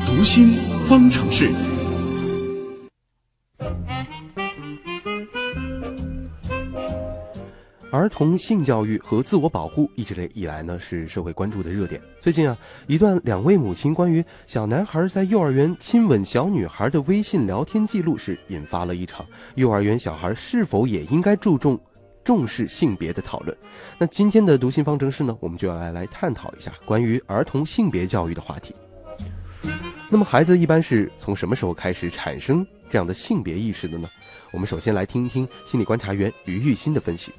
读心方程式。儿童性教育和自我保护一直以来呢是社会关注的热点。最近啊，一段2位母亲关于小男孩在幼儿园亲吻小女孩的微信聊天记录是引发了一场幼儿园小孩是否也应该重视性别的讨论。那今天的读心方程式呢，我们就要来探讨一下关于儿童性别教育的话题。那么孩子一般是从什么时候开始产生这样的性别意识的呢？我们首先来听一听心理观察员于玉欣的分析。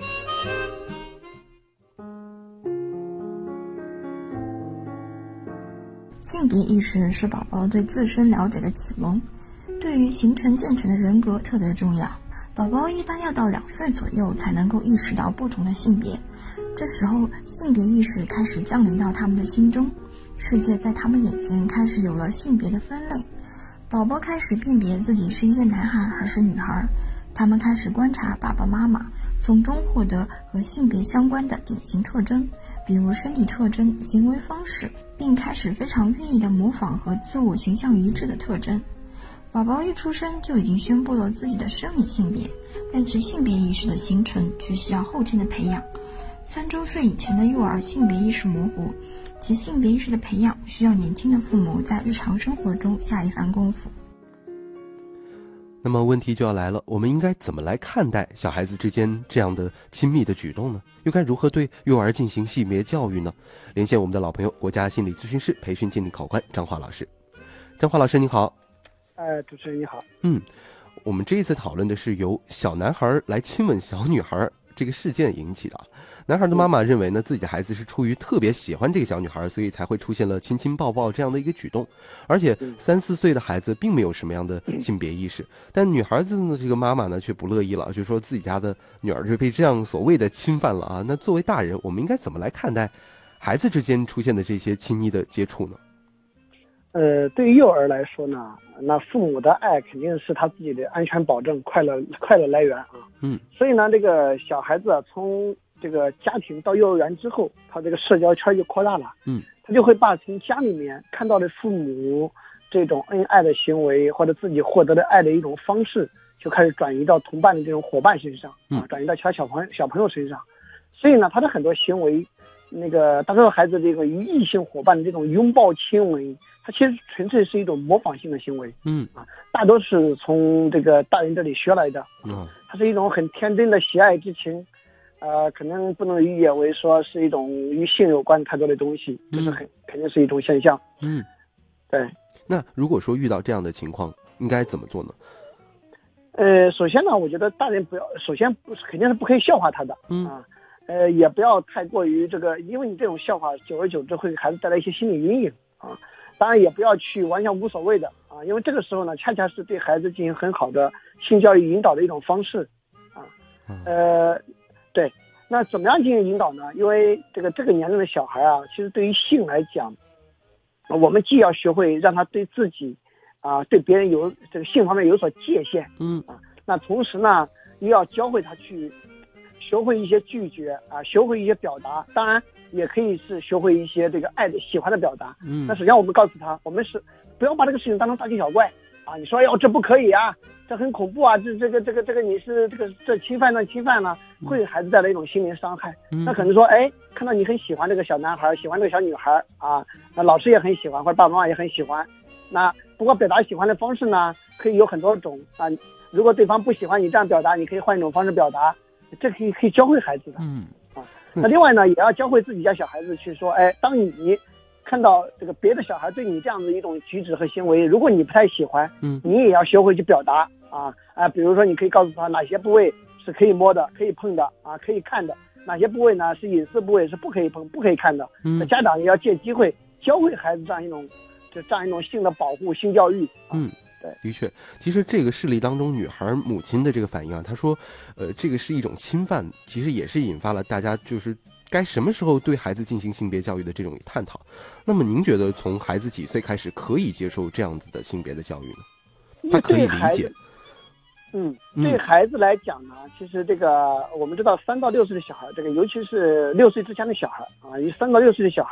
性别意识是宝宝对自身了解的启蒙，对于形成健全的人格特别重要。宝宝一般要到2岁左右才能够意识到不同的性别，这时候性别意识开始降临到他们的心中，世界在他们眼前开始有了性别的分类。宝宝开始辨别自己是一个男孩还是女孩，他们开始观察爸爸妈妈，从中获得和性别相关的典型特征，比如身体特征、行为方式，并开始非常愿意地模仿和自我形象一致的特征。宝宝一出生就已经宣布了自己的生理性别，但是性别意识的形成却需要后天的培养。3周岁以前的幼儿性别意识模糊，其性别意识的培养需要年轻的父母在日常生活中下一番功夫。 那么问题就要来了，我们应该怎么来看待小孩子之间这样的亲密的举动呢？又该如何对幼儿进行性别教育呢？连线我们的老朋友，国家心理咨询师培训鉴定考官张华老师。张华老师你好。 主持人你好。 我们这一次讨论的是由小男孩来亲吻小女孩这个事件引起的。男孩的妈妈认为呢，自己的孩子是出于特别喜欢这个小女孩，所以才会出现了亲亲抱抱这样的一个举动。而且3、4岁的孩子并没有什么样的性别意识，但女孩子的这个妈妈呢却不乐意了，就说自己家的女儿就被这样所谓的侵犯了啊。那作为大人，我们应该怎么来看待孩子之间出现的这些亲昵的接触呢？ 对于幼儿来说呢，那父母的爱肯定是他自己的安全保证、快乐来源啊。所以呢，这个小孩子从这个家庭到幼儿园之后，他这个社交圈就扩大了。他就会把从家里面看到的父母这种恩爱的行为，或者自己获得的爱的一种方式，就开始转移到同伴的这种伙伴身上转移到其他小朋友身上。所以呢，他的很多行为，大多数孩子这个与异性伙伴的这种拥抱亲吻，它其实纯粹是一种模仿性的行为。大多是从这个大人这里学来的。它是一种很天真的喜爱之情。可能不能理解为说是一种与性有关太多的东西，这是肯定是一种现象。对。 那如果说遇到这样的情况，应该怎么做呢？ 首先呢，我觉得大人肯定是不可以笑话他的。也不要太过于这个，因为你这种笑话久而久之会给孩子带来一些心理阴影啊。当然也不要去完全无所谓的啊，因为这个时候呢，恰恰是对孩子进行很好的性教育引导的一种方式啊。对，那怎么样进行引导呢？因为这个年龄的小孩啊，其实对于性来讲，我们既要学会让他对自己对别人有这个性方面有所界限。那同时呢，又要教会他去学会一些拒绝学会一些表达，当然也可以是学会一些这个爱的喜欢的表达。那首先我们告诉他，我们是不要把这个事情当成大惊小怪你说这不可以这很恐怖这个你是这侵犯了，会给孩子带来一种心灵伤害。那可能说看到你很喜欢这个小男孩，喜欢这个小女孩那老师也很喜欢，或者爸爸妈妈也很喜欢。那不过表达喜欢的方式呢，可以有很多种如果对方不喜欢你这样表达，你可以换一种方式表达，这可以教会孩子的。那另外呢，也要教会自己家小孩子去说，当你看到这个别的小孩对你这样的一种举止和行为，如果你不太喜欢，你也要学会去表达比如说你可以告诉他哪些部位是可以摸的、可以碰的可以看的，哪些部位呢是隐私部位，是不可以碰、不可以看的。那家长也要借机会教会孩子这样一种性的保护、性教育。对， 的确，其实这个事例当中，女孩母亲的这个反应她说，这个是一种侵犯，其实也是引发了大家就是该什么时候对孩子进行性别教育的这种探讨。那么您觉得从孩子几岁开始可以接受这样子的性别的教育呢？他可以理解。 对孩子来讲呢，其实这个我们知道3到6岁的小孩，这个尤其是6岁之前的小孩3到6岁的小孩，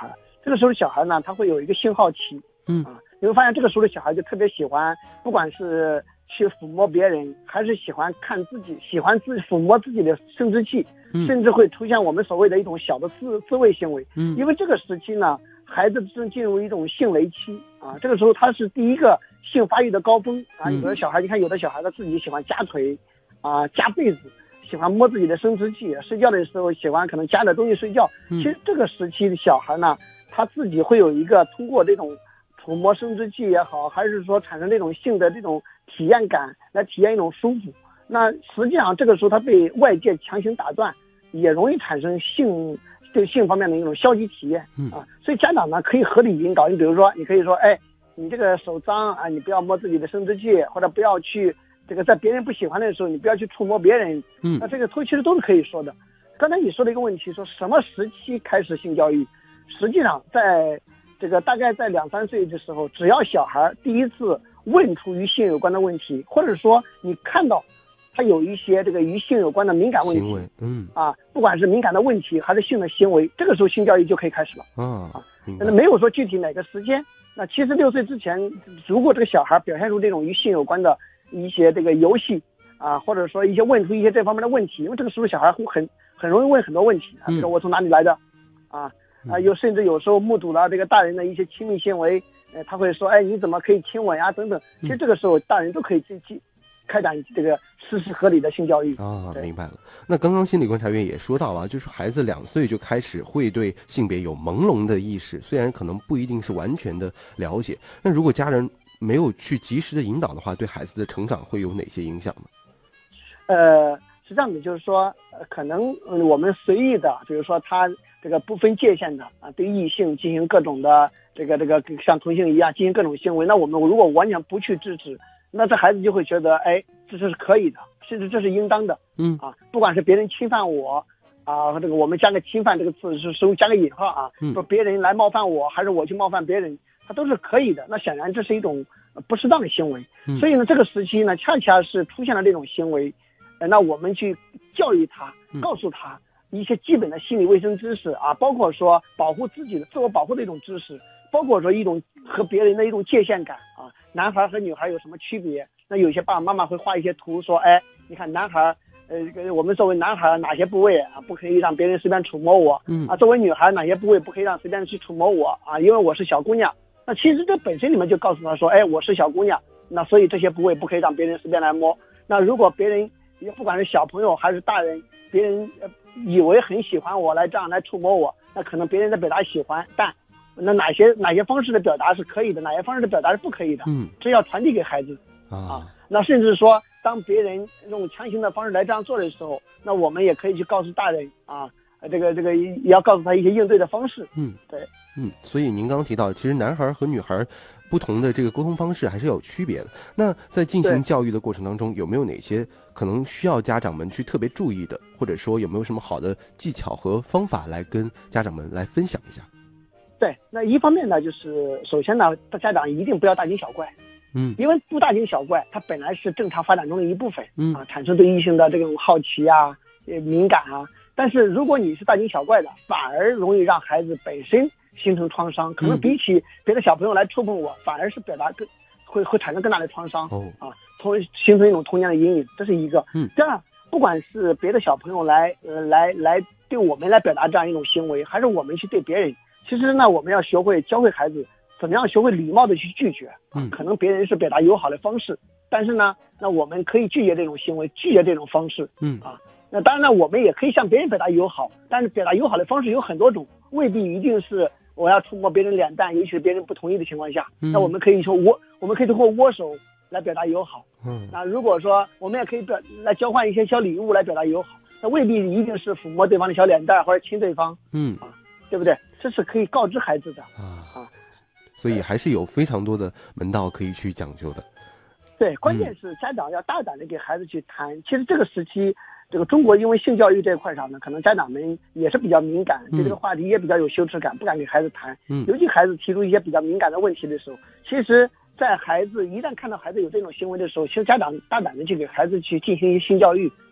这个时候小孩呢，他会有一个性好奇，你会发现这个时候的小孩就特别喜欢，不管是去抚摸别人，还是喜欢看自己，喜欢抚摸自己的生殖器，甚至会出现我们所谓的一种小的自慰行为。因为这个时期呢，孩子正进入一种性雷期啊，这个时候他是第一个性发育的高峰啊。有的小孩，你看有的小孩他自己喜欢夹腿啊，夹被子，喜欢摸自己的生殖器，睡觉的时候喜欢可能夹着东西睡觉。其实这个时期的小孩呢，他自己会有一个通过这种触摸生殖器也好，还是说产生这种性的这种体验感，来体验一种舒服。那实际上这个时候他被外界强行打断，也容易产生对性方面的一种消极体验啊。所以家长呢可以合理引导，你比如说你可以说，哎，你这个手脏啊，你不要摸自己的生殖器，或者不要去这个在别人不喜欢的时候，你不要去触摸别人。那这个其实都是可以说的。刚才你说的一个问题，说什么时期开始性教育？实际上在这个大概在2、3岁的时候，只要小孩第一次问出与性有关的问题，或者说你看到他有一些这个与性有关的敏感问题，不管是敏感的问题还是性的行为，这个时候性教育就可以开始了那没有说具体哪个时间。那其实6岁之前，如果这个小孩表现出这种与性有关的一些这个游戏啊，或者说问出一些这方面的问题，因为这个时候小孩会很容易问很多问题啊，比如说我从哪里来的甚至有时候目睹了这个大人的一些亲密行为，他会说，哎，你怎么可以亲吻呀等等。其实这个时候大人都可以开展这个适时合理的性教育明白了。那刚刚心理观察员也说到了，就是孩子2岁就开始会对性别有朦胧的意识，虽然可能不一定是完全的了解。那如果家人没有去及时的引导的话，对孩子的成长会有哪些影响呢？ 是这样的，就是说可能我们随意的，比如说他这个不分界限的对异性进行各种的这个像同性一样进行各种行为，那我们如果完全不去制止，那这孩子就会觉得，哎，这是可以的，甚至这是应当的不管是别人侵犯我这个我们加个侵犯这个词是加个引号说别人来冒犯我，还是我去冒犯别人，它都是可以的。那显然这是一种不适当的行为所以呢这个时期呢恰恰是出现了这种行为，那我们去教育他，告诉他一些基本的心理卫生知识包括说保护自己的自我保护的一种知识，包括说一种和别人的一种界限感男孩和女孩有什么区别。那有些爸爸妈妈会画一些图说，哎，你看男孩我们作为男孩哪些部位不可以让别人随便触摸我作为女孩哪些部位不可以让随便去触摸我因为我是小姑娘。那其实这本身里面就告诉他说，哎，我是小姑娘，那所以这些部位不可以让别人随便来摸。那如果别人不管是小朋友还是大人，别人以为很喜欢我这样来触摸我，那可能别人在表达喜欢，但那哪些方式的表达是可以的，哪些方式的表达是不可以的这要传递给孩子那甚至说当别人用强行的方式来这样做的时候，那我们也可以去告诉大人这个也要告诉他一些应对的方式对所以您刚刚提到，其实男孩和女孩不同的这个沟通方式还是有区别的。那在进行教育的过程当中，有没有哪些可能需要家长们去特别注意的，或者说有没有什么好的技巧和方法来跟家长们来分享一下？ 对，那一方面呢，就是首先呢，家长一定不要大惊小怪因为不大惊小怪，它本来是正常发展中的一部分产生对异性的这种好奇敏感但是如果你是大惊小怪的，反而容易让孩子本身形成创伤，可能比起别的小朋友来触碰我，反而是表达会产生更大的创伤形成一种童年的阴影，这是一个第二，不管是别的小朋友来对我们来表达这样一种行为，还是我们去对别人，其实呢我们要学会教会孩子怎么样学会礼貌的去拒绝可能别人是表达友好的方式，但是呢那我们可以拒绝这种行为，拒绝这种方式那当然呢我们也可以向别人表达友好，但是表达友好的方式有很多种，未必一定是我要触摸别人脸蛋，尤其是别人不同意的情况下那我们可以说我们可以通过握手来表达友好那如果说我们也可以来交换一些小礼物来表达友好，那未必一定是抚摸对方的小脸蛋或者亲对方对不对？这是可以告知孩子的所以还是有非常多的门道可以去讲究的。 对，关键是家长要大胆的给孩子去谈其实这个时期这个中国因为性教育这一块上呢，可能家长们也是比较敏感对这个话题也比较有羞耻感，不敢给孩子谈尤其孩子提出一些比较敏感的问题的时候，其实在孩子一旦看到孩子有这种行为的时候，其实家长大胆的去给孩子去进行一些性教育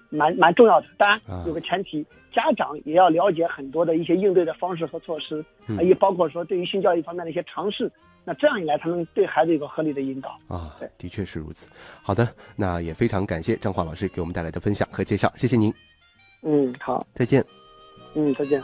蛮重要的。当然有个前提，家长也要了解很多的一些应对的方式和措施，也包括说对于性教育方面的一些尝试。那这样一来，才能对孩子有个合理的引导啊。的确是如此。好的，那也非常感谢张华老师给我们带来的分享和介绍，谢谢您。 好， 再见。 再见。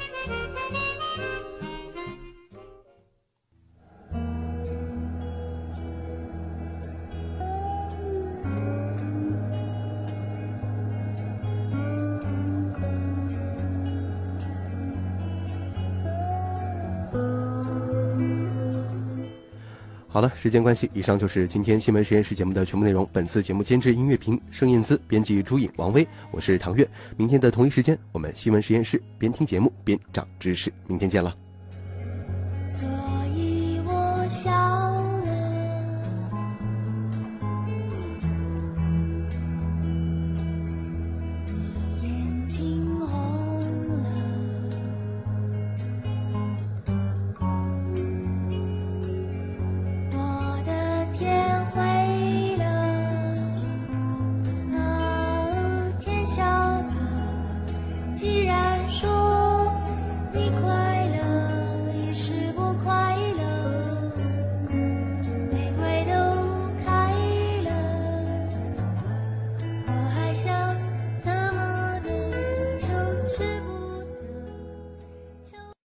好了，时间关系，以上就是今天新闻实验室节目的全部内容。本次节目监制音乐评盛燕姿，编辑朱颖、王威，我是唐月。明天的同一时间，我们新闻实验室边听节目边长知识。明天见了。